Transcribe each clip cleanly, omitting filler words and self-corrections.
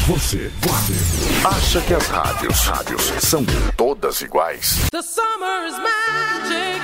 Você acha que as rádios são todas iguais? The summer is magic,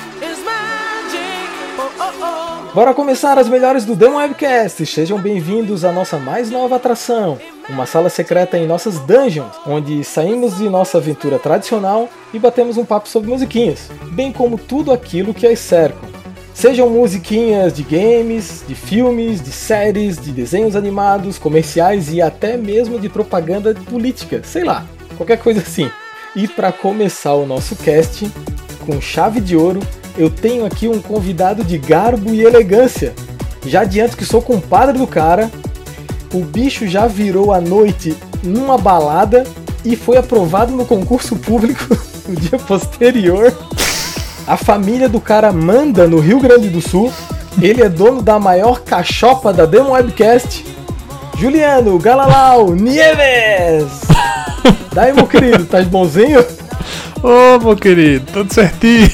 oh, oh, oh. Bora começar as melhores do Demo Webcast. Sejam bem-vindos à nossa mais nova atração, uma sala secreta em nossas dungeons, onde saímos de nossa aventura tradicional e batemos um papo sobre musiquinhas, bem como tudo aquilo que as cercam. Sejam musiquinhas de games, de filmes, de séries, de desenhos animados, comerciais e até mesmo de propaganda política, sei lá, qualquer coisa assim. E para começar o nosso cast, com chave de ouro, eu tenho aqui um convidado de garbo e elegância. Já adianto que sou compadre do cara, o bicho já virou a noite numa balada e foi aprovado no concurso público no dia posterior. A família do cara manda no Rio Grande do Sul. Ele é dono da maior cachopa da Demo Webcast. Juliano Galalau Nieves! Daí, meu querido, tá bonzinho? Ô, meu querido, tudo certinho.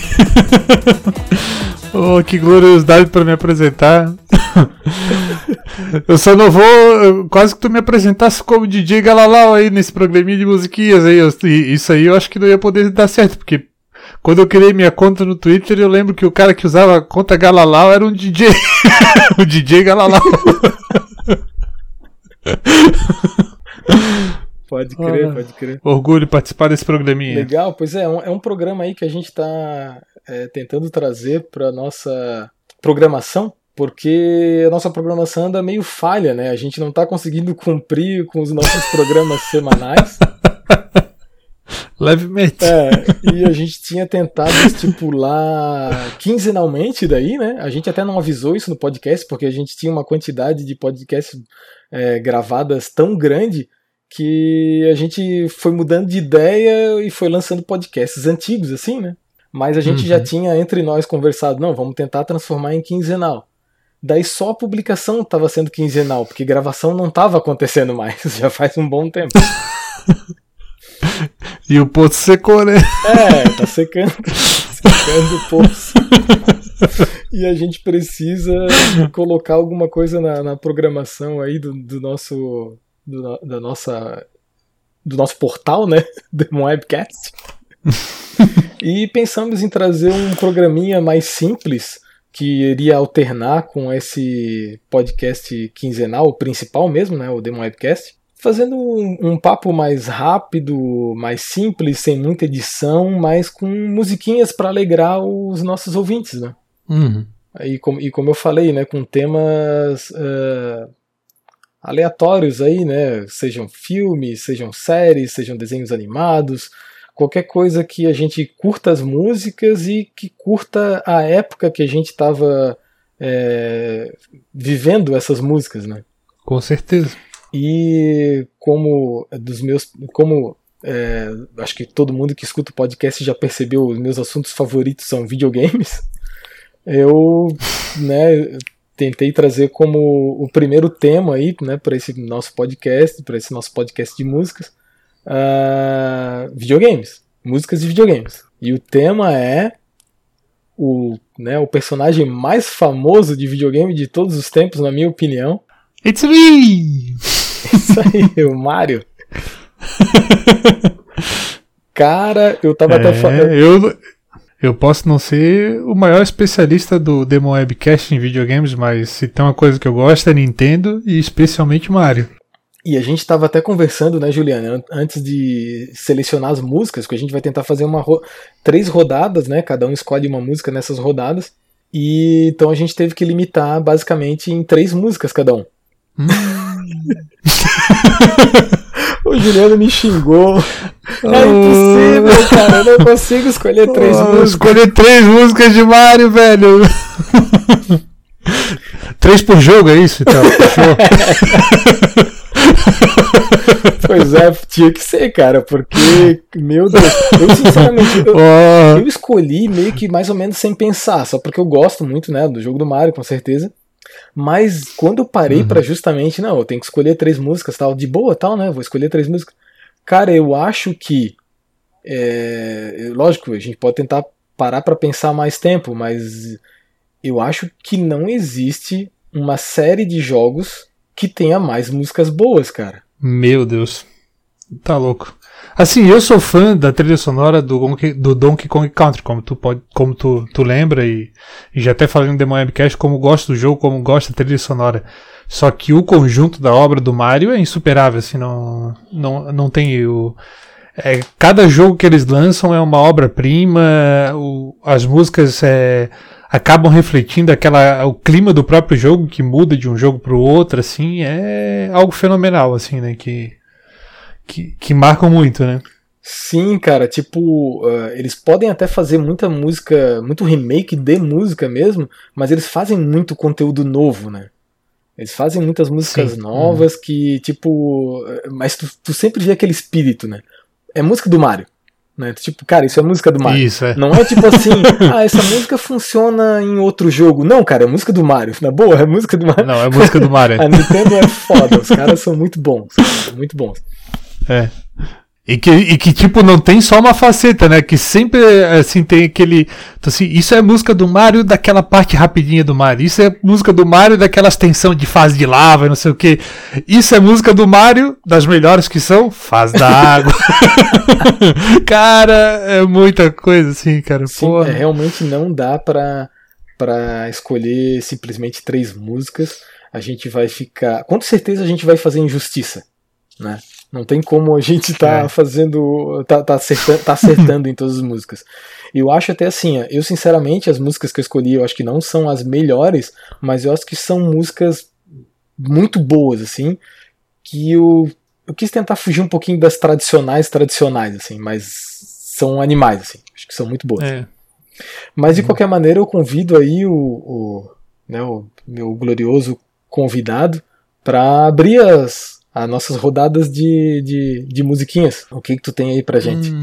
Oh, que gloriosidade pra me apresentar. Eu só não vou. Quase que tu me apresentasse como DJ Galalau aí nesse programinha de musiquinhas aí. Isso aí eu acho que não ia poder dar certo, porque quando eu criei minha conta no Twitter, eu lembro que o cara que usava a conta Galalau era um DJ. O DJ Galalau. Pode crer, pode crer. Orgulho participar desse programinha. Legal, pois é um programa aí que a gente tá tentando trazer pra nossa programação, porque a nossa programação anda meio falha, né? A gente não tá conseguindo cumprir com os nossos programas semanais. Levemente. E a gente tinha tentado estipular quinzenalmente daí, né? A gente até não avisou isso no podcast, porque a gente tinha uma quantidade de podcasts gravadas tão grande que a gente foi mudando de ideia e foi lançando podcasts antigos, assim, né? Mas a gente já tinha entre nós conversado, não, vamos tentar transformar em quinzenal. Daí só a publicação estava sendo quinzenal, porque gravação não estava acontecendo mais, já faz um bom tempo. E o poço secou, né? Tá secando o poço. E a gente precisa colocar alguma coisa na programação aí do nosso portal, né? Demo Webcast. E pensamos em trazer um programinha mais simples que iria alternar com esse podcast quinzenal, o principal mesmo, né? O Demo Webcast. Fazendo um papo mais rápido, mais simples, sem muita edição, mas com musiquinhas para alegrar os nossos ouvintes, né? E como eu falei, né? Com temas aleatórios aí, né? Sejam filmes, sejam séries, sejam desenhos animados, qualquer coisa que a gente curta as músicas e que curta a época que a gente estava vivendo essas músicas, né? Com certeza. E acho que todo mundo que escuta o podcast já percebeu, os meus assuntos favoritos são videogames. Eu, tentei trazer como o primeiro tema aí, né, para esse nosso podcast de músicas, videogames, músicas de videogames. E o tema é o personagem mais famoso de videogame de todos os tempos, na minha opinião. It's me! Isso aí, o Mario. Cara, eu tava até falando. Eu posso não ser o maior especialista do Demo Webcast em videogames, mas se tem uma coisa que eu gosto é Nintendo e especialmente Mario. E a gente tava até conversando, né, Juliana, antes de selecionar as músicas, que a gente vai tentar fazer 3 rodadas, né? Cada um escolhe uma música nessas rodadas. E então a gente teve que limitar basicamente em 3 músicas cada um. O Juliano me xingou. É impossível, cara. Eu não consigo escolher 3 músicas. Escolher 3 músicas de Mario, velho. 3 por jogo, é isso? Então, Pois é, tinha que ser, cara, porque, meu Deus, eu sinceramente, eu escolhi meio que mais ou menos sem pensar, só porque eu gosto muito, né, do jogo do Mario, com certeza. Mas quando eu parei pra justamente, não, eu tenho que escolher 3 músicas, tal, de boa, tal, né, vou escolher 3 músicas. Cara, eu acho que, lógico, a gente pode tentar parar pra pensar mais tempo, mas eu acho que não existe uma série de jogos que tenha mais músicas boas, cara. Meu Deus. Tá louco. Assim, eu sou fã da trilha sonora do Donkey Kong Country, como tu lembra, e já até falei no Demon Webcast como gosto do jogo, como gosto da trilha sonora. Só que o conjunto da obra do Mario é insuperável, assim, não tem... cada jogo que eles lançam é uma obra-prima, as músicas acabam refletindo o clima do próprio jogo, que muda de um jogo para o outro, assim, é algo fenomenal, assim, né, que marcam muito, né? Sim, cara, tipo, eles podem até fazer muita música, muito remake de música mesmo, mas eles fazem muito conteúdo novo, né? Eles fazem muitas músicas novas que, tipo, mas tu sempre vê aquele espírito, né? É música do Mario, né? Tipo, cara, isso é música do Mario. Isso, é. Não é tipo assim, essa música funciona em outro jogo. Não, cara, é música do Mario. Na boa, é música do Mario. Não, é música do Mario. A Nintendo é foda, os caras são muito bons, muito bons. É. E que, tipo, não tem só uma faceta, né? Que sempre, assim, tem aquele... Então, assim, isso é música do Mario daquela parte rapidinha do Mario. Isso é música do Mario daquela extensão de fase de lava e não sei o que. Isso é música do Mario das melhores que são fase da água. Cara, é muita coisa, assim, cara. Sim, realmente não dá pra escolher simplesmente 3 músicas. A gente vai ficar... Com certeza a gente vai fazer injustiça, né? Não tem como a gente fazendo. Tá acertando em todas as músicas. Eu acho até assim, eu sinceramente, as músicas que eu escolhi, eu acho que não são as melhores, mas eu acho que são músicas muito boas, assim, que eu quis tentar fugir um pouquinho das tradicionais, assim, mas são animais, assim, acho que são muito boas. Mas de qualquer maneira, eu convido aí o meu glorioso convidado para abrir as nossas rodadas de musiquinhas. O que tu tem aí pra gente?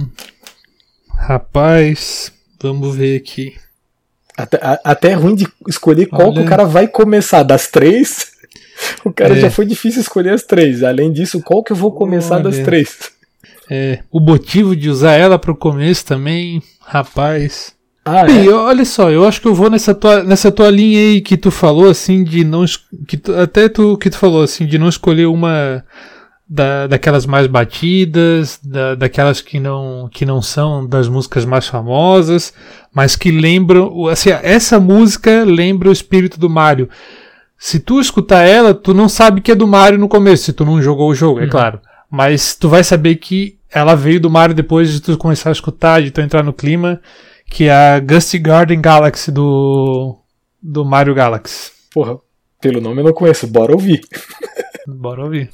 Rapaz, vamos ver aqui. Até é ruim de escolher qual que o cara vai começar. Das 3, o cara já foi difícil escolher as 3. Além disso, qual que eu vou começar das 3? O motivo de usar ela pro começo também, rapaz... olha só, eu acho que eu vou nessa tua linha aí que tu falou, assim, de não... que tu falou, assim, de não escolher uma daquelas mais batidas, daquelas que não são das músicas mais famosas, mas que lembram... Assim, essa música lembra o espírito do Mario. Se tu escutar ela, tu não sabe que é do Mario no começo, se tu não jogou o jogo, é claro. Mas tu vai saber que ela veio do Mario depois de tu começar a escutar, de tu entrar no clima... Que é a Gusty Garden Galaxy do Mario Galaxy. Porra, pelo nome eu não conheço, bora ouvir. Bora ouvir.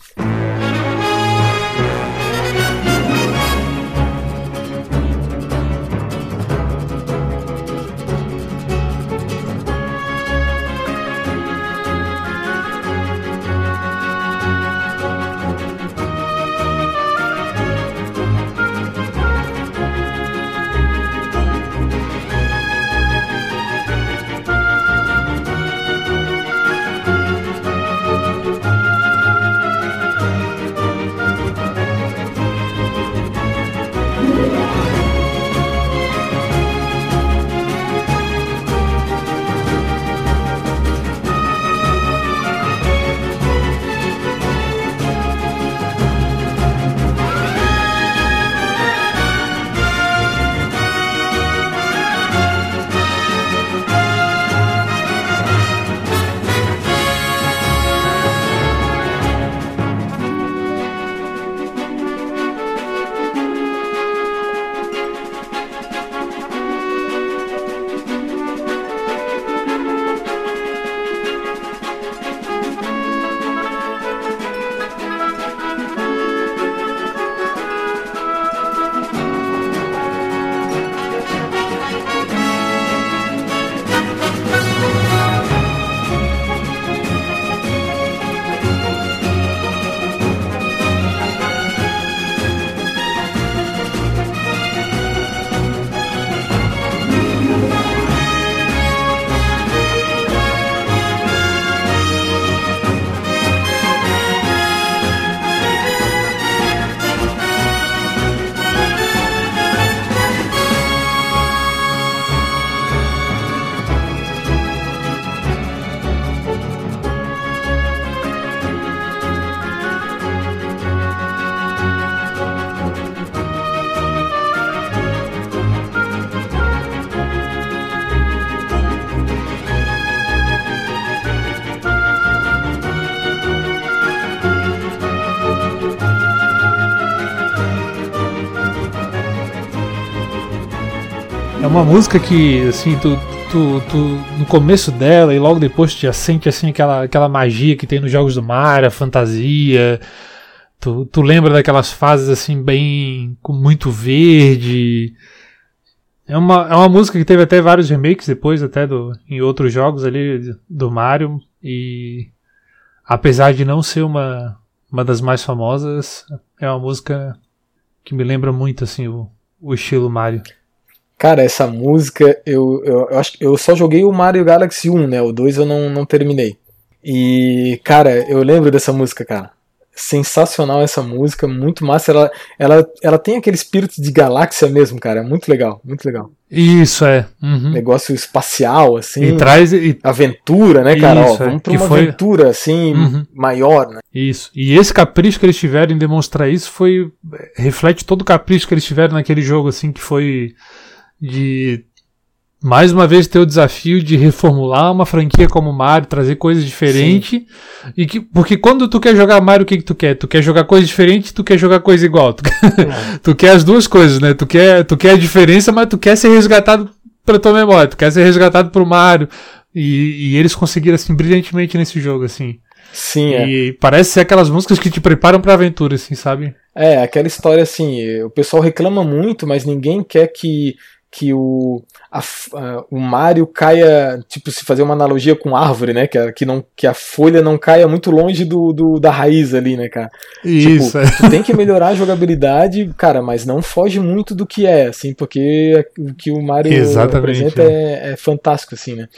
É uma música que, assim, tu no começo dela e logo depois tu já sente, assim, aquela magia que tem nos jogos do Mario, a fantasia. Tu lembra daquelas fases, assim, bem... com muito verde. É uma música que teve até vários remakes depois, até em outros jogos ali do Mario. E apesar de não ser uma das mais famosas, é uma música que me lembra muito, assim, o estilo Mario. Cara, essa música, eu acho que eu só joguei o Mario Galaxy 1, né? O 2 eu não terminei. E, cara, eu lembro dessa música, cara. Sensacional essa música, muito massa. Ela tem aquele espírito de galáxia mesmo, cara. É muito legal, muito legal. Isso, é. Uhum. Negócio espacial, assim. E traz... aventura, né, cara? Isso, vamos pra uma aventura, assim, maior, né? Isso. E esse capricho que eles tiveram em demonstrar isso reflete todo o capricho que eles tiveram naquele jogo, assim, que foi de... mais uma vez ter o desafio de reformular uma franquia como Mario, trazer coisas diferentes. Porque quando tu quer jogar Mario, o que tu quer? Tu quer jogar coisa diferente, tu quer jogar coisa igual. Tu quer as duas coisas, né? Tu quer a diferença, mas tu quer ser resgatado pra tua memória. Tu quer ser resgatado pro Mario. E eles conseguiram, assim, brilhantemente nesse jogo, assim. Sim, e parece ser aquelas músicas que te preparam pra aventura, assim, sabe? É, aquela história, assim, o pessoal reclama muito, mas ninguém quer que o Mario caia, tipo, se fazer uma analogia com árvore, né, que a folha não caia muito longe da raiz ali, né, cara. Isso. Tipo, tu tem que melhorar a jogabilidade, cara, mas não foge muito do que é, assim, porque o que o Mario representa é fantástico, assim, né.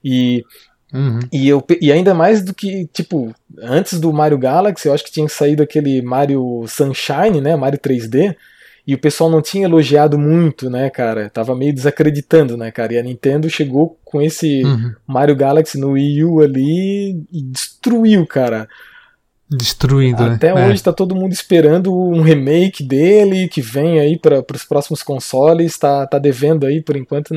E ainda mais do que, tipo, antes do Mario Galaxy, eu acho que tinha saído aquele Mario Sunshine, né, Mario 3D, e o pessoal não tinha elogiado muito, né, cara? Tava meio desacreditando, né, cara? E a Nintendo chegou com esse Mario Galaxy no Wii U ali e destruiu, cara. Destruindo, né? Até hoje tá todo mundo esperando um remake dele, que vem aí para os próximos consoles. Tá devendo aí, por enquanto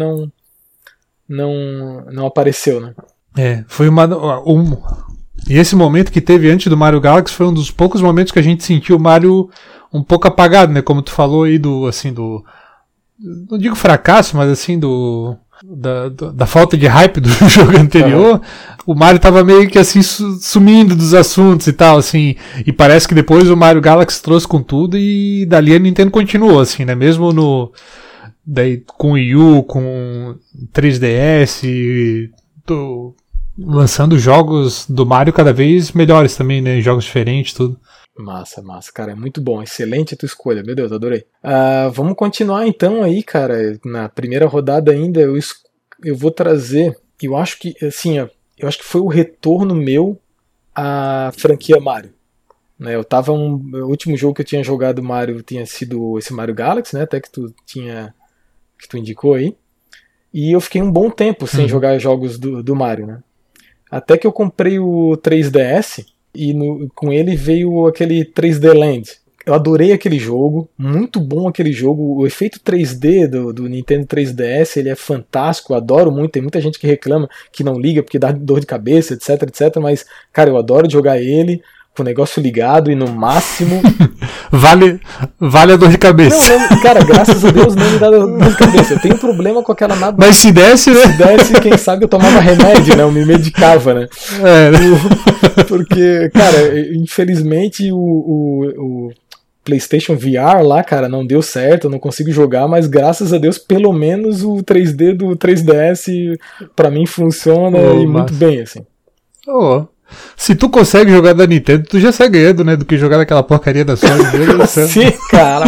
não apareceu, né? Foi E esse momento que teve antes do Mario Galaxy foi um dos poucos momentos que a gente sentiu o Mario um pouco apagado, né? Como tu falou aí não digo fracasso, mas assim, da falta de hype do jogo anterior. O Mario tava meio que assim, sumindo dos assuntos e tal, assim. E parece que depois o Mario Galaxy trouxe com tudo e dali a Nintendo continuou, assim, né? Mesmo com o Wii U, com 3DS, lançando jogos do Mario cada vez melhores também, né? Jogos diferentes, tudo. Massa, cara, é muito bom, excelente a tua escolha, meu Deus, adorei. Vamos continuar então aí, cara, na primeira rodada ainda eu vou trazer, eu acho que, assim, eu acho que foi o retorno meu à franquia Mario, né, o último jogo que eu tinha jogado Mario tinha sido esse Mario Galaxy, né, até que tu indicou aí, e eu fiquei um bom tempo sem jogar jogos do Mario, né, até que eu comprei o 3DS, e com ele veio aquele 3D Land. Eu adorei aquele jogo, muito bom aquele jogo. O efeito 3D do Nintendo 3DS, ele é fantástico, eu adoro muito. Tem muita gente que reclama que não liga porque dá dor de cabeça, etc, mas, cara, eu adoro jogar ele com o negócio ligado e no máximo... Vale a dor de cabeça. Não, cara, graças a Deus não me dá dor de cabeça. Eu tenho problema com aquela nada. Mas se desse, né? Se desse, quem sabe eu tomava remédio, né? Eu me medicava, né? Porque, cara, infelizmente o PlayStation VR lá, cara, não deu certo, eu não consigo jogar, mas graças a Deus, pelo menos o 3D do 3DS pra mim funciona muito bem, assim. Se tu consegue jogar da Nintendo, tu já sai ganhando, né? Do que jogar naquela porcaria da Sony. Sim, cara,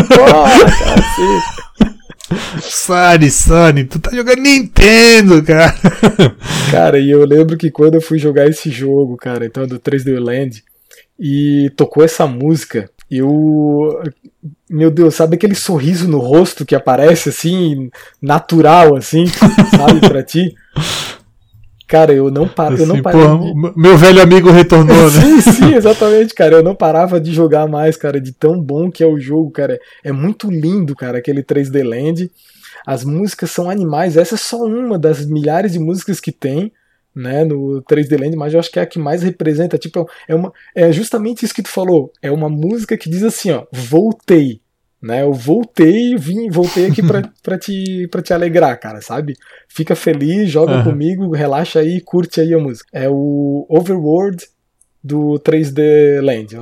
sim. Sony, tu tá jogando Nintendo, cara. Cara, e eu lembro que quando eu fui jogar esse jogo, cara, então do 3D Land, e tocou essa música, meu Deus, sabe aquele sorriso no rosto que aparece assim, natural, assim, sabe, pra ti? Cara, eu não parei. Meu velho amigo retornou, né? Sim, exatamente, cara. Eu não parava de jogar mais, cara, de tão bom que é o jogo, cara. É muito lindo, cara, aquele 3D Land. As músicas são animais. Essa é só uma das milhares de músicas que tem, né, no 3D Land, mas eu acho que é a que mais representa. Tipo, é justamente isso que tu falou. É uma música que diz assim, ó, voltei. né? Eu voltei aqui pra te alegrar, cara, sabe? Fica feliz, joga comigo, relaxa aí, curte aí a música. É o Overworld do 3D Land.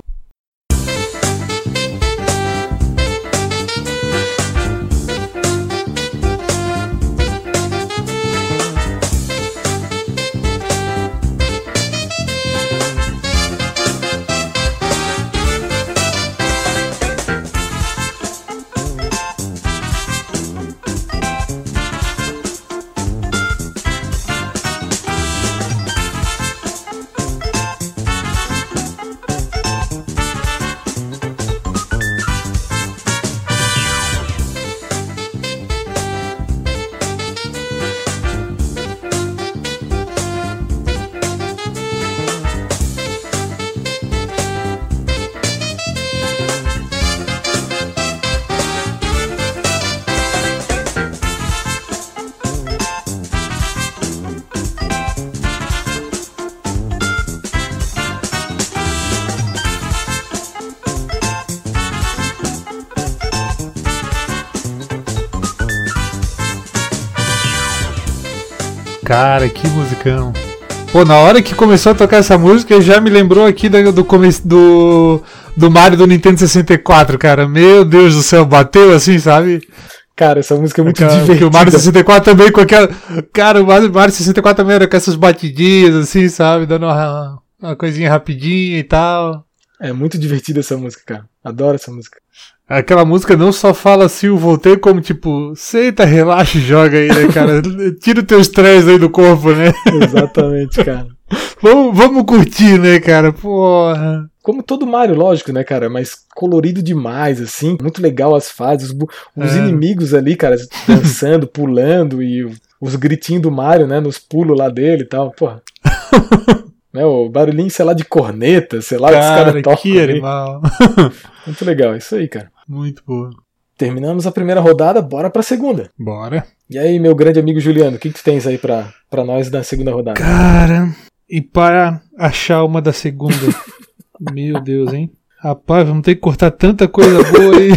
Cara, que musicão. Pô, na hora que começou a tocar essa música, já me lembrou aqui do começo do Mario do Nintendo 64, cara. Meu Deus do céu, bateu assim, sabe? Cara, essa música é muito divertida. Porque o Mario 64 também com aquela... Cara, o Mario 64 também era com essas batidinhas, assim, sabe? Dando uma coisinha rapidinha e tal. É muito divertida essa música, cara. Adoro essa música. Aquela música não só fala assim, eu voltei como tipo, senta, relaxa e joga aí, né, cara? Tira o teu estresse aí do corpo, né? Exatamente, cara. Vamos curtir, né, cara? Porra. Como todo Mario, lógico, né, cara? Mas colorido demais, assim. Muito legal as fases. Os inimigos ali, cara, dançando, pulando e os gritinhos do Mario, né? Nos pulos lá dele e tal. Porra. Né, o barulhinho, sei lá, de corneta, sei lá, cara, os caras tocam. Que animal. Muito legal, isso aí, cara. Muito boa. Terminamos a primeira rodada, bora pra segunda. Bora. E aí, meu grande amigo Juliano, o que tu tens aí pra nós na segunda rodada? Cara, e para achar uma da segunda? Meu Deus, hein? Rapaz, vamos ter que cortar tanta coisa boa aí.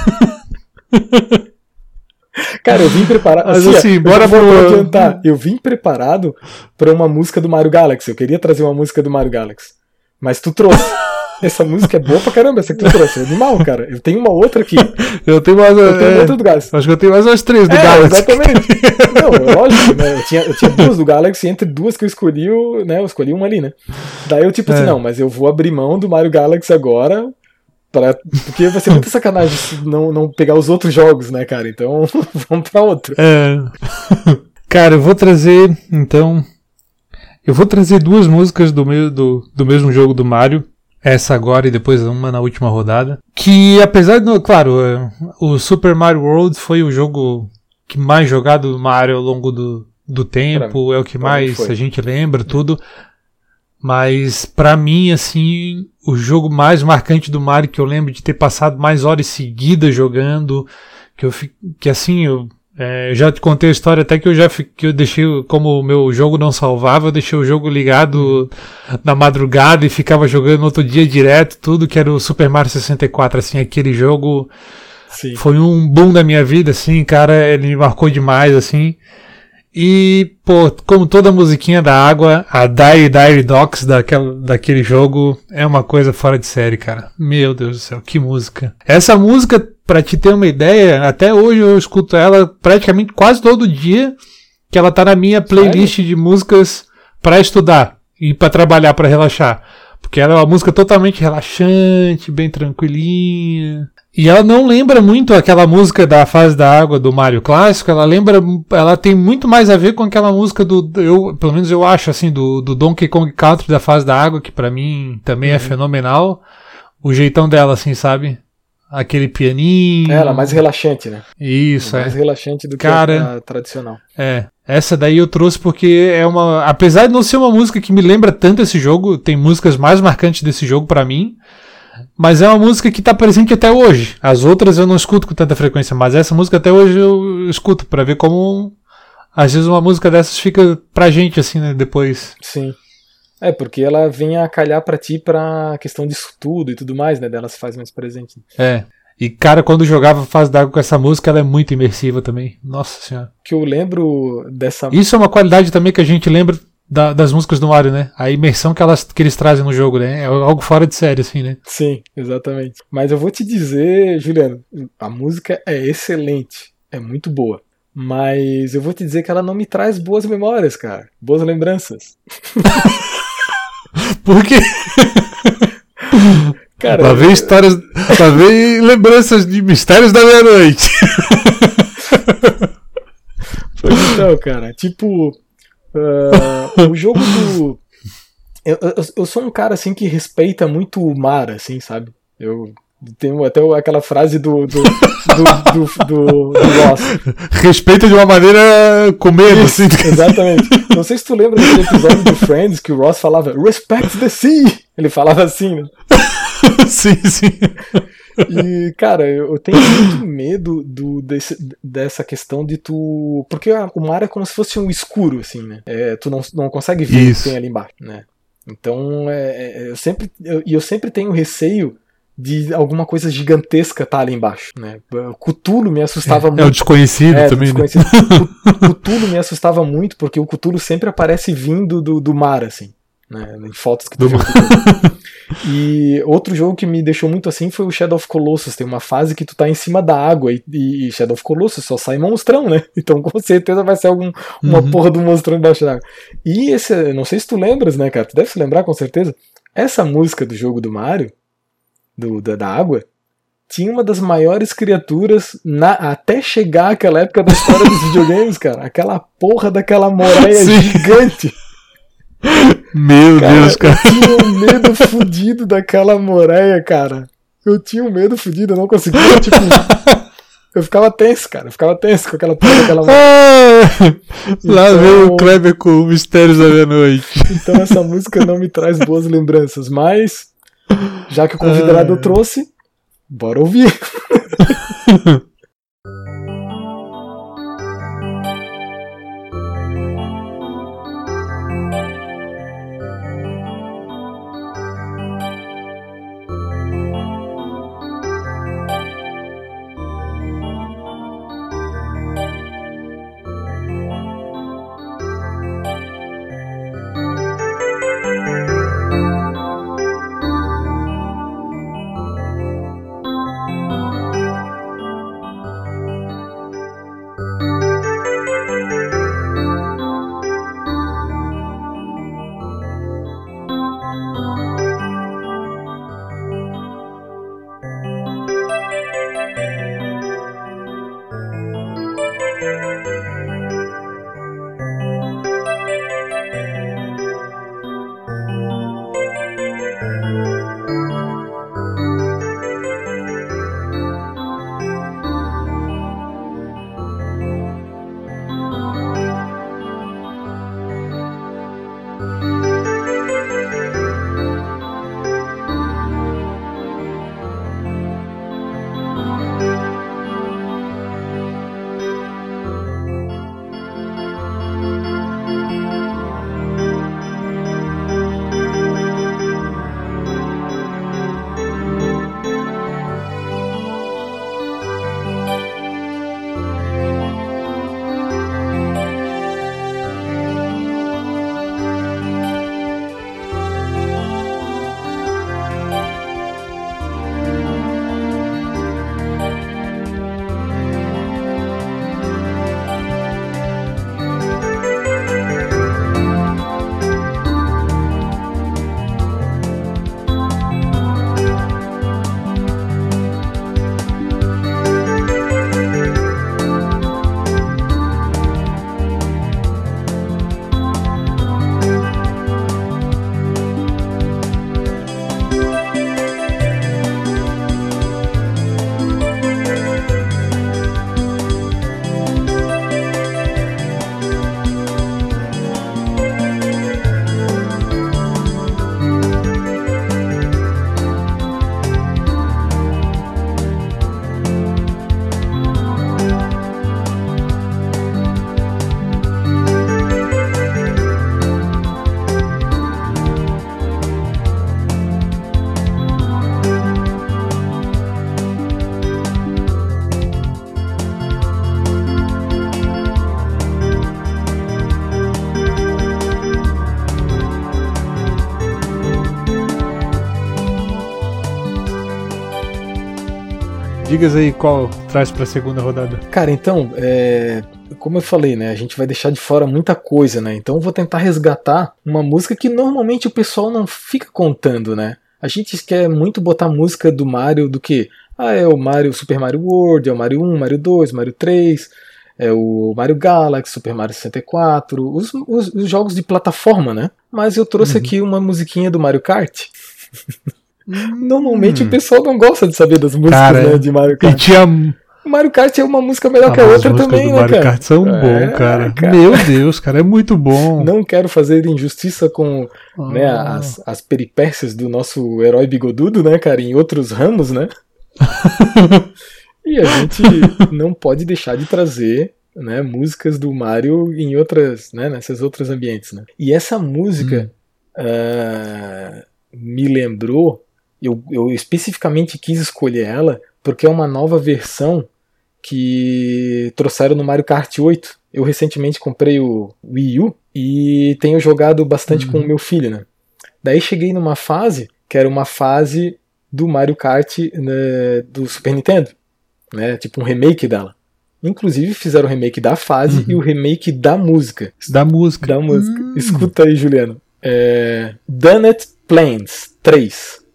Cara, eu vim preparado. Mas assim, bora adiantar. Eu vim preparado pra uma música do Mario Galaxy. Eu queria trazer uma música do Mario Galaxy. Mas tu trouxe. Essa música é boa pra caramba, essa que tu trouxe. É animal, cara. Eu tenho uma outra aqui. Eu tenho outra do Galaxy. Acho que eu tenho mais umas 3 do Galaxy. Exatamente. Não, lógico, né? Eu tinha 2 do Galaxy, entre 2 que eu escolhi, né? Eu escolhi uma ali, né? Daí eu tipo assim, não, mas eu vou abrir mão do Mario Galaxy agora. Porque vai ser muita sacanagem se não pegar os outros jogos, né, cara? Então, vamos pra outro. Cara, eu vou trazer, então... Eu vou trazer 2 músicas do mesmo jogo do Mario. Essa agora e depois uma na última rodada. Que, apesar de... Claro, o Super Mario World foi o jogo que mais jogado do Mario ao longo do tempo. É o que mais a gente lembra, tudo. Mas, pra mim, assim, o jogo mais marcante do Mario, que eu lembro de ter passado mais horas seguidas jogando, que assim, eu já te contei a história até que eu deixei, como o meu jogo não salvava, eu deixei o jogo ligado na madrugada e ficava jogando no outro dia direto, tudo, que era o Super Mario 64, assim, aquele jogo... Sim. Foi um boom da minha vida, assim, cara, ele me marcou demais, assim. E, pô, como toda musiquinha da água, a Dire Docks daquele jogo é uma coisa fora de série, cara. Meu Deus do céu, que música. Essa música, pra te ter uma ideia, até hoje eu escuto ela praticamente quase todo dia, que ela tá na minha playlist de músicas pra estudar e pra trabalhar, pra relaxar. Porque ela é uma música totalmente relaxante, bem tranquilinha. E ela não lembra muito aquela música da fase da água do Mario clássico, ela tem muito mais a ver com aquela música pelo menos eu acho, assim, do Donkey Kong Country da fase da água, que pra mim também é fenomenal. O jeitão dela, assim, sabe? Aquele pianinho. Ela é mais relaxante, né? Isso, mais relaxante do que a tradicional. Essa daí eu trouxe porque é uma... Apesar de não ser uma música que me lembra tanto esse jogo, tem músicas mais marcantes desse jogo pra mim, mas é uma música que tá presente até hoje. As outras eu não escuto com tanta frequência, mas essa música até hoje eu escuto pra ver como às vezes uma música dessas fica pra gente assim, né, depois. Sim. Porque ela vem a calhar pra ti pra questão de estudo e tudo mais, né, dela se faz mais presente. E, cara, quando jogava Fase d'Água com essa música, ela é muito imersiva também. Nossa senhora. Que eu lembro dessa... Isso é uma qualidade também que a gente lembra das músicas do Mario, né? A imersão que eles trazem no jogo, né? É algo fora de série, assim, né? Sim, exatamente. Mas eu vou te dizer, Juliano, a música é excelente, é muito boa. Mas eu vou te dizer que ela não me traz boas memórias, cara. Boas lembranças. Por quê? Cara, Lá vem histórias. Lá vem lembranças de Mistérios da Meia-Noite. Então, cara, tipo. O jogo do. Eu sou um cara assim que respeita muito o mar, assim, sabe? Eu tenho até aquela frase do Ross. Respeita de uma maneira com medo, assim. Exatamente. Não sei se tu lembra daquele episódio do Friends que o Ross falava Respect the sea. Ele falava assim, né? Sim, sim. E, cara, eu tenho muito medo dessa questão de tu. Porque o mar é como se fosse um escuro, assim, né? Tu não consegue ver o que tem ali embaixo, né? Então, eu sempre tenho receio de alguma coisa gigantesca tá ali embaixo, né? Cthulhu me assustava muito. É o desconhecido também, desconhecido. Né? Cthulhu me assustava muito, porque o Cthulhu sempre aparece vindo do mar, assim, né? Em fotos que tu viu. E outro jogo que me deixou muito assim foi o Shadow of Colossus. Tem uma fase que tu tá em cima da água e Shadow of Colossus só sai monstrão, né? Então com certeza vai ser uma porra do monstrão embaixo da água. E esse, não sei se tu lembras, né, cara? Tu deve se lembrar com certeza. Essa música do jogo do Mario, da água, tinha uma das maiores criaturas até chegar aquela época da história dos videogames, cara. Aquela porra daquela moreia gigante. Meu Deus, cara. Eu tinha um medo fudido daquela moreia, cara. Eu tinha um medo fudido, eu não conseguia, tipo... Eu ficava tenso, cara. Eu ficava tenso com aquela porra daquela moreia. Lá veio o Kleber com o Mistérios da Meia-Noite. Então essa música não me traz boas lembranças, mas... Já que o convidado eu trouxe, bora ouvir. Digas aí qual traz pra segunda rodada. Cara, então, como eu falei, né, a gente vai deixar de fora muita coisa, né, então eu vou tentar resgatar uma música que normalmente o pessoal não fica contando, né. A gente quer muito botar música do Mario do que? É o Mario, Super Mario World, é o Mario 1, Mario 2, Mario 3, é o Mario Galaxy, Super Mario 64, os jogos de plataforma, né? Mas eu trouxe aqui uma musiquinha do Mario Kart. Normalmente o pessoal não gosta de saber das músicas, cara, né, de Mario Kart. O Mario Kart é uma música melhor que a outra também, né, cara? Os Mario Kart são bons, cara. Meu Deus, cara, é muito bom. Não quero fazer injustiça com né, as peripécias do nosso herói bigodudo, né, cara, em outros ramos, né? E a gente não pode deixar de trazer, né, músicas do Mario em outras, né, nessas outros ambientes, né? E essa música me lembrou, eu especificamente quis escolher ela porque é uma nova versão que trouxeram no Mario Kart 8. Eu recentemente comprei o Wii U e tenho jogado bastante com o meu filho, né? Daí cheguei numa fase que era uma fase do Mario Kart, né, do Super Nintendo, né? Tipo um remake dela. Inclusive fizeram o remake da fase e o remake da música. Da música. Escuta aí, Juliano. Donut Plains 3.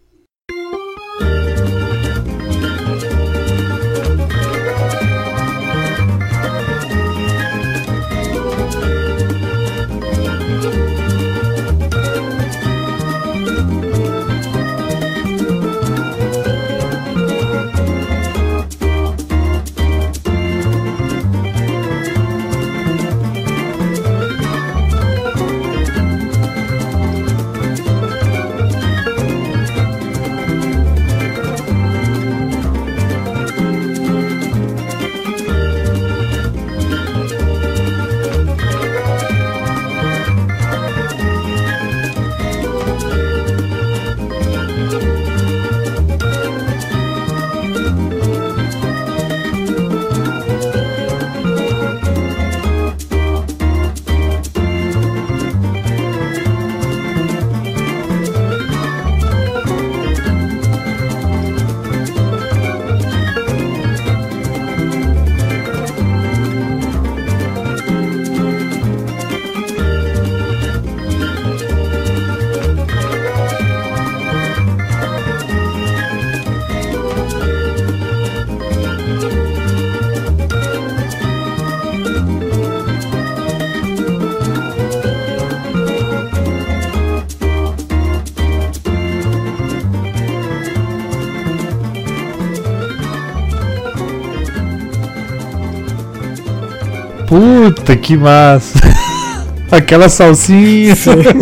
Puta que massa! Aquela salsinha!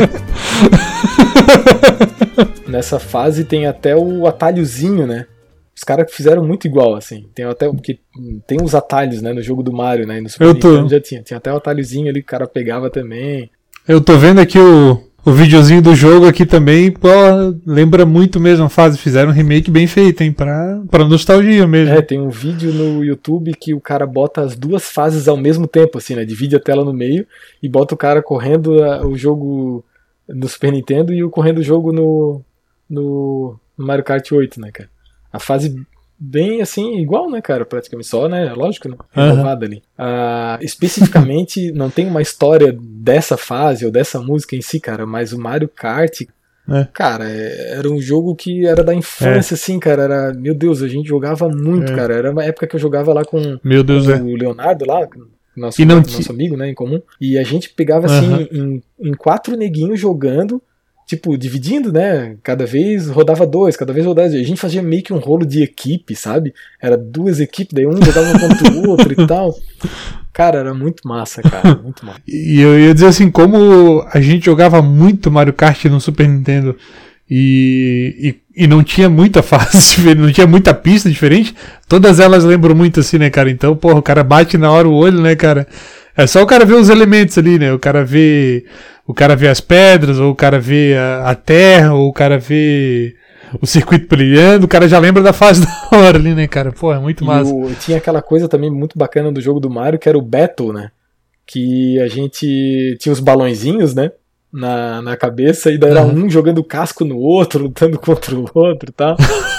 Nessa fase tem até o atalhozinho, né? Os caras fizeram muito igual, assim. Tem até porque tem uns atalhos, né, no jogo do Mario, né? No Super Nintendo já tinha até o atalhozinho ali que o cara pegava também. Eu tô vendo aqui o videozinho do jogo aqui também, pô, lembra muito mesmo a fase. Fizeram um remake bem feito, hein? Pra nostalgia mesmo. Tem um vídeo no YouTube que o cara bota as duas fases ao mesmo tempo, assim, né? Divide a tela no meio e bota o cara correndo o jogo no Super Nintendo e correndo o jogo no Mario Kart 8, né, cara? A fase bem, assim, igual, né, cara? Praticamente só, né? Lógico, né? Renovada ali. Especificamente, não tem uma história dessa fase ou dessa música em si, cara, mas o Mario Kart, cara, era um jogo que era da infância, assim, cara. Era, meu Deus, a gente jogava muito, cara. Era uma época que eu jogava lá com o Leonardo lá, nosso amigo, né, em comum. E a gente pegava, assim, em 4 neguinhos jogando, tipo, dividindo, né, cada vez rodava 2, cada vez rodava. A gente fazia meio que um rolo de equipe, sabe? Era 2 equipes, daí um jogava contra o outro e tal. Cara, era muito massa, cara, muito massa. E eu ia dizer assim, como a gente jogava muito Mario Kart no Super Nintendo e não tinha muita fase diferente, não tinha muita pista diferente, todas elas lembram muito assim, né, cara? Então, porra, o cara bate na hora o olho, né, cara? É só o cara ver os elementos ali, né? O cara vê as pedras, ou o cara vê a terra, ou o cara vê o circuito brilhando, o cara já lembra da fase da hora ali, né, cara? Pô, é muito massa. Tinha aquela coisa também muito bacana do jogo do Mario, que era o Battle, né? Que a gente tinha os balõezinhos, né? na cabeça, e daí era um jogando casco no outro, lutando contra o outro e tal.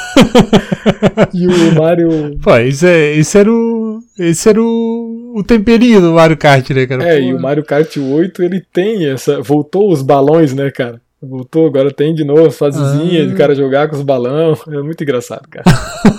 E o Mario... Pô, esse era o temperinho do Mario Kart, né, cara? E o Mario Kart 8, ele tem voltou os balões, né, cara? Voltou, agora tem de novo as fasezinhas de cara jogar com os balões. É muito engraçado, cara.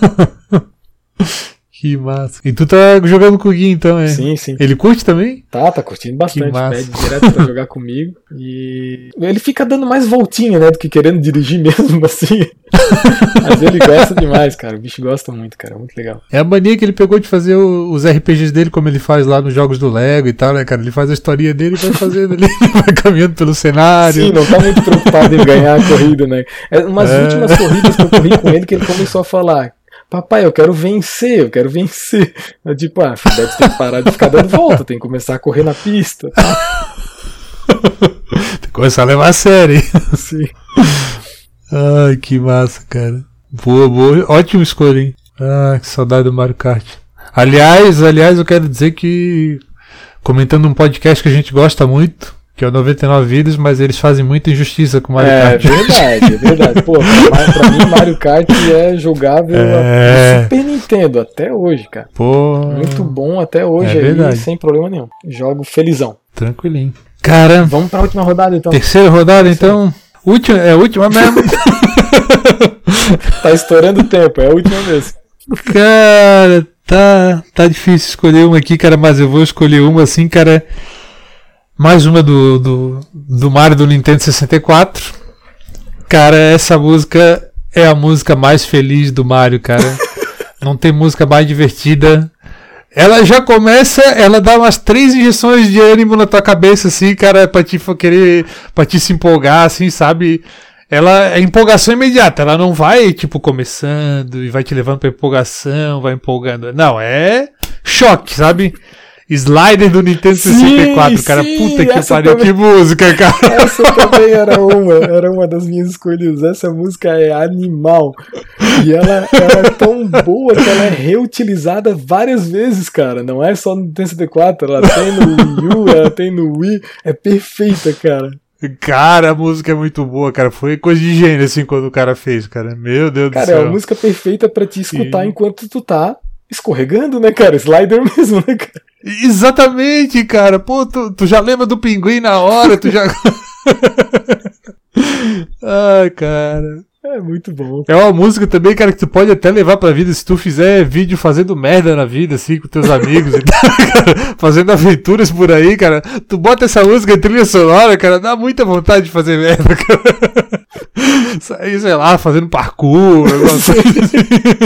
Que massa. E tu tá jogando com o Gui, então, é? Sim. Ele curte também? Tá curtindo bastante. Pede direto pra jogar comigo. E ele fica dando mais voltinha, né, do que querendo dirigir mesmo, assim. Mas ele gosta demais, cara. O bicho gosta muito, cara. Muito legal. É a mania que ele pegou de fazer os RPGs dele, como ele faz lá nos jogos do Lego e tal, né, cara? Ele faz a historinha dele e vai fazendo ali, vai caminhando pelo cenário. Sim, não tá muito preocupado em ganhar a corrida, né? Umas últimas corridas que eu corri com ele, que ele começou a falar: papai, eu quero vencer. Eu tipo, filho, deve ter que parar de ficar dando volta, tem que começar a correr na pista. Tem que começar a levar a sério. Sim. Ai, que massa, cara. Boa. Ótima escolha, hein? Que saudade do Mario Kart. Aliás, eu quero dizer que, comentando um podcast que a gente gosta muito, que é o 99 Vidas, mas eles fazem muita injustiça com o Mario Kart. É verdade. Pô, pra mim Mario Kart é jogável no Super Nintendo até hoje, cara. Pô, muito bom até hoje aí, sem problema nenhum. Jogo felizão. Tranquilinho. Cara, vamos pra última rodada então. Terceira rodada então. É a última mesmo. Tá estourando o tempo, é a última mesmo. Cara, tá difícil escolher uma aqui, cara, mas eu vou escolher uma assim, cara. Mais uma do Mario do Nintendo 64. Cara, essa música é a música mais feliz do Mario, cara. Não tem música mais divertida. Ela já começa, ela dá umas 3 injeções de ânimo na tua cabeça, assim, cara, pra te se empolgar, assim, sabe? Ela é empolgação imediata, ela não vai, tipo, começando e vai te levando pra empolgação, vai empolgando. Não, é choque, sabe? Slider do Nintendo 64, cara, puta que pariu, que música, cara. Essa também era uma das minhas escolhas. Essa música é animal. E ela é tão boa que ela é reutilizada várias vezes, cara. Não é só no Nintendo 64, ela tem no Wii U, ela tem no Wii. É perfeita, cara. Cara, a música é muito boa, cara. Foi coisa de gênio, assim, quando o cara fez, cara. Meu Deus do céu. Cara, é uma música perfeita pra te escutar enquanto tu tá escorregando, né, cara? Slider mesmo, né, cara? Exatamente, cara. Pô, tu já lembra do pinguim na hora, tu já... Ai, cara. É muito bom. É uma música também, cara, que tu pode até levar pra vida se tu fizer vídeo fazendo merda na vida, assim, com teus amigos e tal, cara, fazendo aventuras por aí, cara. Tu bota essa música em trilha sonora, cara, dá muita vontade de fazer merda, cara. Sair, sei lá, fazendo parkour, alguma coisa assim.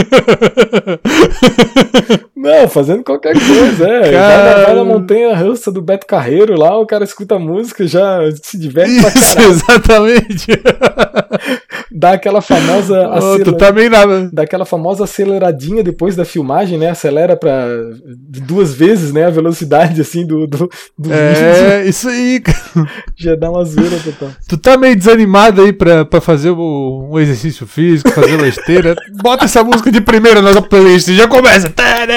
Não, fazendo qualquer coisa, cara... vai na montanha russa do Beto Carreiro lá, o cara escuta a música, já se diverte pra caralho. Exatamente. Dá aquela famosa Dá aquela famosa aceleradinha depois da filmagem, né? Acelera pra 2 vezes, né? A velocidade, assim, do vídeo. Isso aí, cara. Já dá uma zoeira total. Tu tá meio desanimado aí pra fazer um exercício físico, fazer uma esteira. Bota essa música de primeira na playlist e já começa.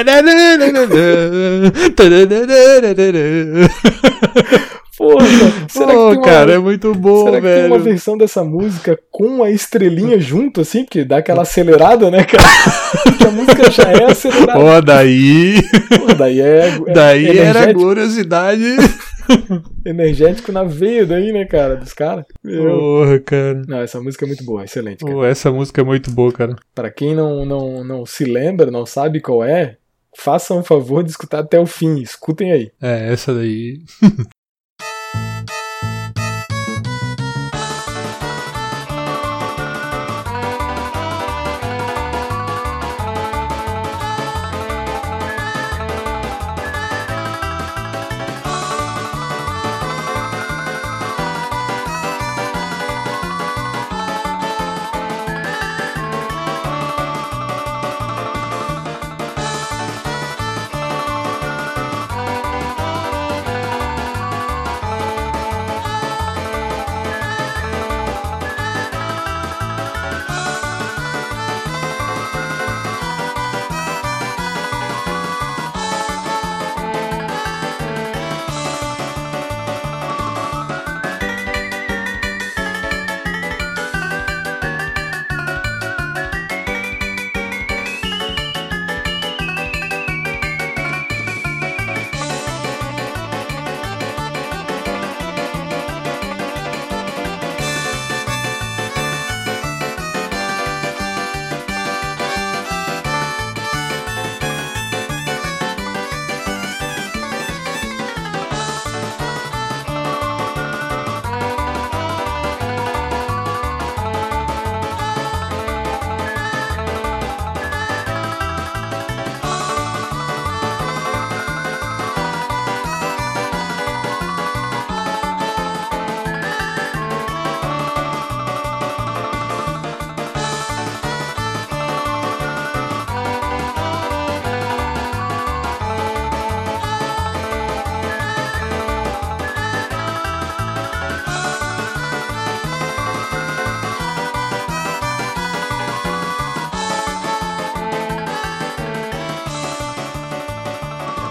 Porra, será que tem cara, é muito bom, será que velho. Tem uma versão dessa música com a estrelinha junto, assim, porque dá aquela acelerada, né, cara? Porque a música já é acelerada. Pô, daí daí era gloriosidade. Energético na veia daí, né, cara, dos caras. Porra, cara. Não, essa música é muito boa, excelente, cara. Pô, essa música é muito boa, cara. Pra quem não se lembra, não sabe qual é, façam um favor de escutar até o fim, escutem aí. Essa daí.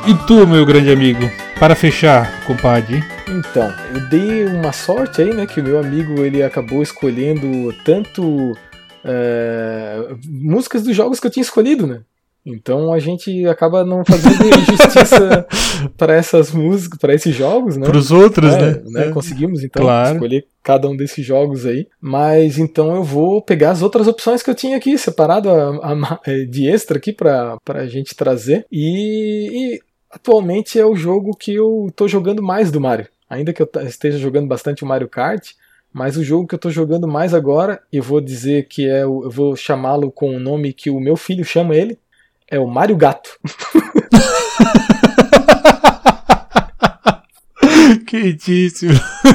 E tu, meu grande amigo, para fechar, compadre? Então, eu dei uma sorte aí, né, que o meu amigo ele acabou escolhendo tanto músicas dos jogos que eu tinha escolhido, né? Então a gente acaba não fazendo justiça para essas músicas, para esses jogos, né? Para os outros, né? Conseguimos então escolher cada um desses jogos aí. Mas então eu vou pegar as outras opções que eu tinha aqui separado de extra aqui para a gente trazer. E atualmente é o jogo que eu tô jogando mais do Mario. Ainda que eu esteja jogando bastante o Mario Kart, mas o jogo que eu tô jogando mais agora, eu vou dizer que eu vou chamá-lo com o nome que o meu filho chama ele. É o Mario Gato. Quentíssimo.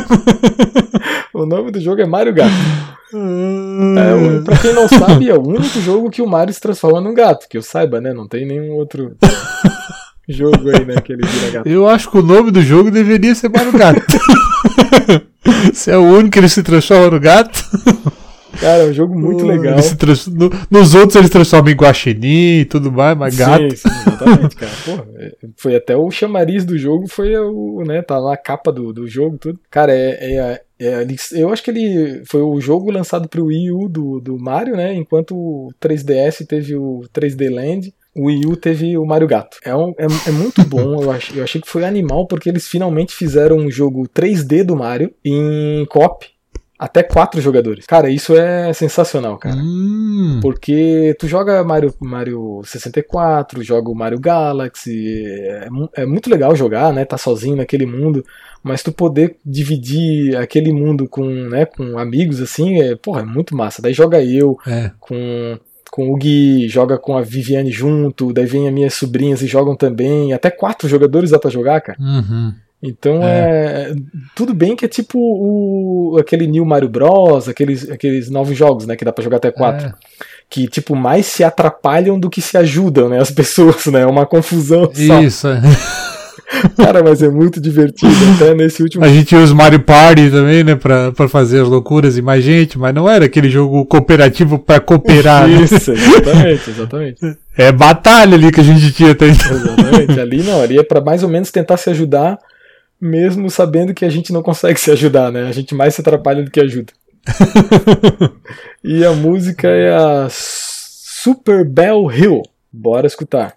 O nome do jogo é Mario Gato. Pra quem não sabe, é o único jogo que o Mario se transforma num gato. Que eu saiba, né? Não tem nenhum outro jogo aí, né? Que ele vira gato. Eu acho que o nome do jogo deveria ser Mario Gato. Se é o único que ele se transforma no gato. Cara, é um jogo muito legal. Nos outros eles transformam em guaxinim e tudo mais, mas gato. Sim, exatamente, cara. Porra, foi até o chamariz do jogo, foi né, tá na capa do jogo, tudo. Cara, eu acho que ele foi o jogo lançado pro Wii U do Mario, né, enquanto o 3DS teve o 3D Land, o Wii U teve o Mario Gato. É muito bom, eu achei que foi animal, porque eles finalmente fizeram um jogo 3D do Mario em co-op. Até 4 jogadores. Cara, isso é sensacional, cara. Porque tu joga Mario 64, joga o Mario Galaxy, é muito legal jogar, né? Tá sozinho naquele mundo, mas tu poder dividir aquele mundo com amigos, assim, é muito massa. Daí joga eu com o Gui, joga com a Viviane junto, daí vem as minhas sobrinhas e jogam também. Até 4 jogadores dá pra jogar, cara. Então tudo bem que é tipo aquele New Mario Bros, aqueles novos jogos, né, que dá pra jogar até 4, que tipo mais se atrapalham do que se ajudam, né, as pessoas, né, é uma confusão só. Isso. Cara, mas é muito divertido, até nesse último... A gente usa Mario Party também, né, pra fazer as loucuras e mais gente, mas não era aquele jogo cooperativo pra cooperar. Isso, exatamente. É batalha ali que a gente tinha até então. Exatamente, ali é pra mais ou menos tentar se ajudar, mesmo sabendo que a gente não consegue se ajudar, né? A gente mais se atrapalha do que ajuda. E a música é a Super Bell Hill. Bora escutar.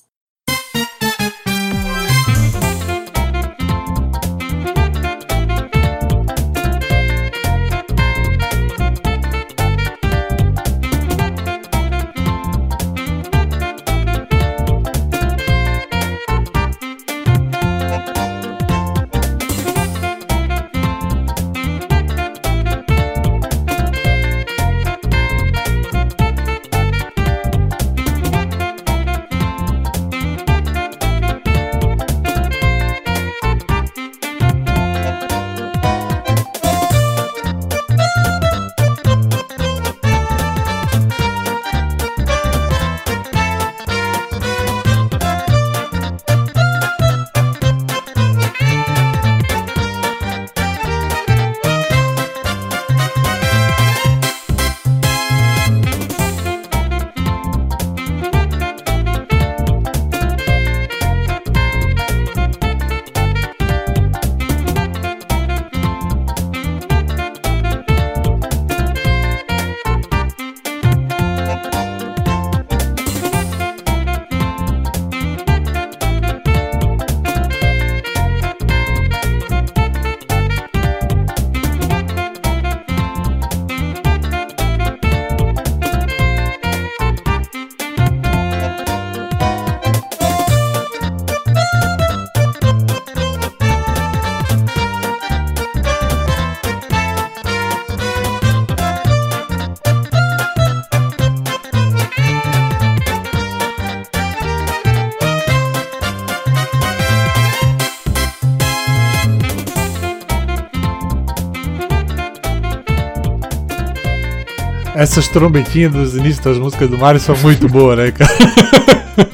Essas trombetinhas dos inícios das músicas do Mario são muito boas, né, cara?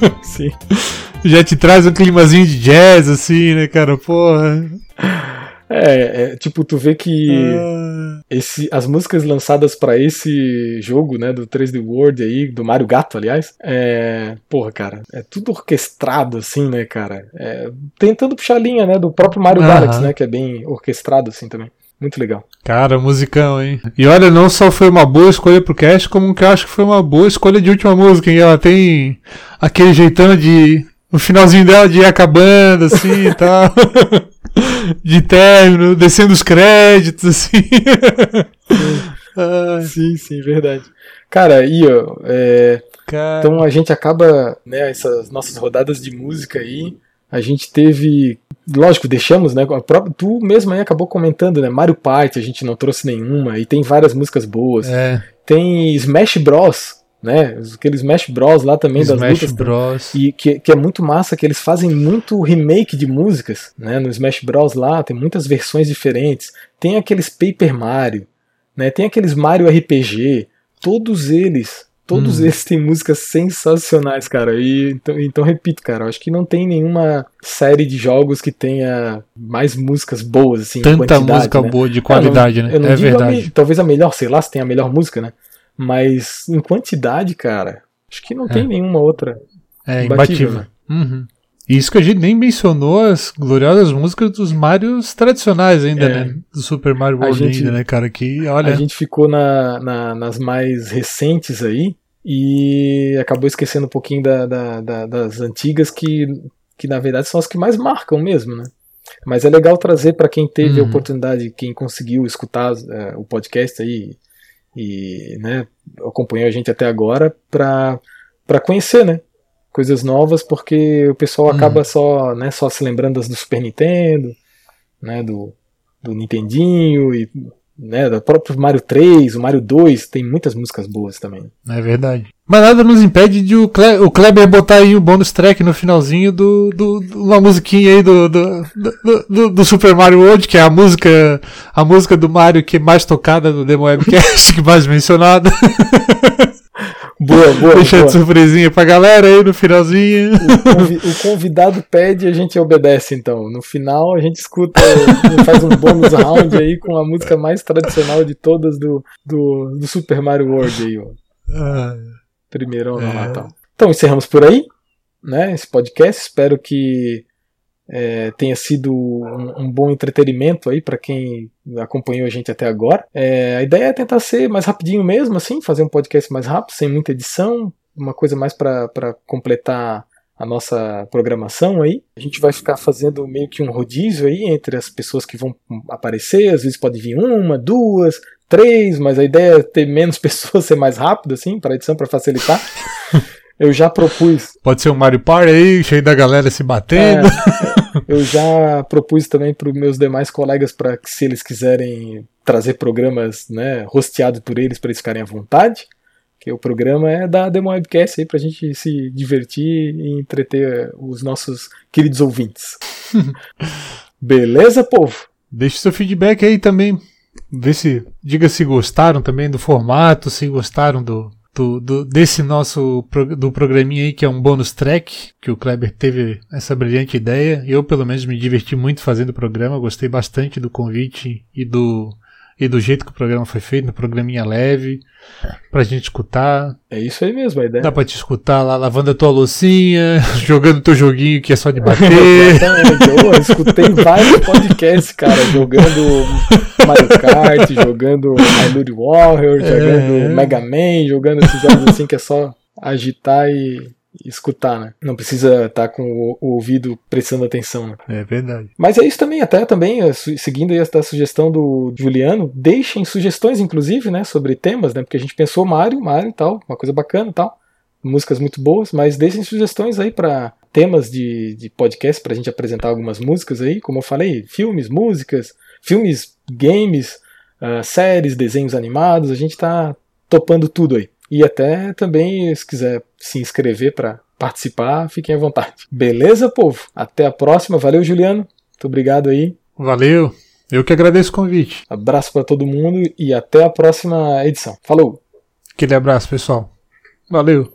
Sim. Já te traz um climazinho de jazz, assim, né, cara? Porra. Tipo, tu vê que as músicas lançadas pra esse jogo, né, do 3D World aí, do Mario Gato, aliás, porra, cara, é tudo orquestrado, assim, né, cara? Tentando puxar a linha, né, do próprio Mario Galaxy, né, que é bem orquestrado, assim, também. Muito legal. Cara, musicão, hein? E olha, não só foi uma boa escolha pro cast, como que eu acho que foi uma boa escolha de última música, hein? Ela tem aquele jeitão de... O finalzinho dela de ir acabando, assim, e tal. De término, descendo os créditos, assim. Sim, verdade. Cara, aí, ó... Então a gente acaba, né, essas nossas rodadas de música aí, a gente teve... Lógico, deixamos, né? Tu mesmo aí acabou comentando, né? Mario Party, a gente não trouxe nenhuma, e tem várias músicas boas. Tem Smash Bros, né? Aquele Smash Bros lá também das lutas. Smash Bros. E que é muito massa, que eles fazem muito remake de músicas, né? No Smash Bros lá tem muitas versões diferentes. Tem aqueles Paper Mario, né? Tem aqueles Mario RPG, todos eles têm músicas sensacionais, cara. Então repito, cara, eu acho que não tem nenhuma série de jogos que tenha mais músicas boas, assim, tanta música, né, boa, de qualidade, né? Eu não digo verdade. Talvez a melhor, sei lá, se tem a melhor música, né? Mas em quantidade, cara, acho que não tem nenhuma outra. Imbatível. Né? Isso que a gente nem mencionou as gloriosas músicas dos Marios tradicionais ainda, né? Do Super Mario World ainda, né, cara? Que, olha... A gente ficou nas mais recentes aí e acabou esquecendo um pouquinho das antigas que na verdade são as que mais marcam mesmo, né? Mas é legal trazer para quem teve a oportunidade, quem conseguiu escutar o podcast aí e, né, acompanhou a gente até agora para conhecer, né? Coisas novas, porque o pessoal acaba só se lembrando das do Super Nintendo, né, do Nintendinho e, né, do próprio Mario 3, o Mario 2, tem muitas músicas boas também. É verdade. Mas nada nos impede de o Kleber botar aí o bônus track no finalzinho uma musiquinha aí do Super Mario World, que é a música do Mario que é mais tocada no Demo Webcast, que mais mencionada. Boa. Deixa de surpresinha pra galera aí no finalzinho. O convidado pede e a gente obedece, então. No final a gente escuta, faz um bônus round aí com a música mais tradicional de todas do Super Mario World aí, ó. Primeiro no Natal. Então encerramos por aí, né, esse podcast. Espero que tenha sido um bom entretenimento aí para quem acompanhou a gente até agora. A ideia é tentar ser mais rapidinho mesmo, assim, fazer um podcast mais rápido, sem muita edição, uma coisa mais para completar a nossa programação aí. A gente vai ficar fazendo meio que um rodízio aí entre as pessoas que vão aparecer, às vezes pode vir 1, 2, 3, mas a ideia é ter menos pessoas, ser mais rápido, assim, para a edição, para facilitar. Eu já propus... Pode ser um Mario Party aí, cheio da galera se batendo. Eu já propus também para os meus demais colegas para que, se eles quiserem trazer programas, né, hosteados por eles, para eles ficarem à vontade, que o programa é da Demo Webcast aí, para a gente se divertir e entreter os nossos queridos ouvintes. Beleza, povo? Deixe seu feedback aí também. Diga se gostaram também do formato, se gostaram desse nosso do programinha aí, que é um bônus track, que o Kleber teve essa brilhante ideia. Eu, pelo menos, me diverti muito fazendo o programa, gostei bastante do convite e do jeito que o programa foi feito, no programinha leve, pra gente escutar. É isso aí mesmo, a ideia. Dá pra te escutar lá lavando a tua loucinha, jogando teu joguinho que é só de bater. Eu escutei vários podcasts, cara, jogando Mario Kart, jogando Hyrule Warrior, jogando Mega Man, jogando esses jogos assim que é só agitar e escutar, né? Não precisa estar com o ouvido prestando atenção, né? É verdade. Mas é isso também, até também, seguindo aí essa sugestão do Juliano, deixem sugestões, inclusive, né, sobre temas, né? Porque a gente pensou Mario e tal, uma coisa bacana e tal, músicas muito boas, mas deixem sugestões aí para temas de podcast, pra gente apresentar algumas músicas aí, como eu falei, filmes, músicas, filmes, games, séries, desenhos animados, a gente tá topando tudo aí. E até também, se quiser se inscrever para participar, fiquem à vontade. Beleza, povo? Até a próxima. Valeu, Juliano. Muito obrigado aí. Valeu. Eu que agradeço o convite. Abraço para todo mundo e até a próxima edição. Falou! Aquele abraço, pessoal. Valeu.